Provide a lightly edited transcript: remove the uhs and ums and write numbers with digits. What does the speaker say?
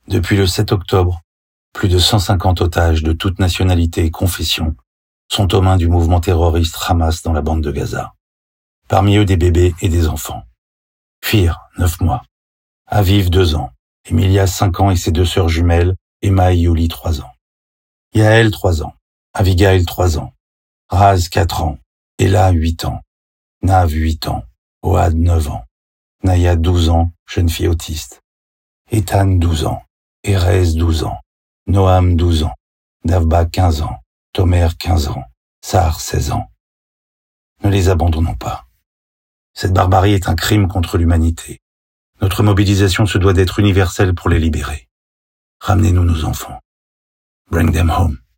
Depuis le 7 octobre, plus de 150 otages de toutes nationalités et confessions sont aux mains du mouvement terroriste Hamas dans la bande de Gaza. Parmi eux des bébés et des enfants. Fir, 9 mois. Aviv, 2 ans. Emilia, 5 ans et ses 2 sœurs jumelles, Emma et Yuli, 3 ans. Yael, 3 ans. Avigail, 3 ans. Raz, 4 ans. Ella, 8 ans. Nav, 8 ans. Ohad, 9 ans. Naya, 12 ans, jeune fille autiste. Ethan, 12 ans. Erez, 12 ans. Noam, 12 ans. Davba, 15 ans. Tomer, 15 ans. Sar, 16 ans. Ne les abandonnons pas. Cette barbarie est un crime contre l'humanité. Notre mobilisation se doit d'être universelle pour les libérer. Ramenez-nous nos enfants. Bring them home.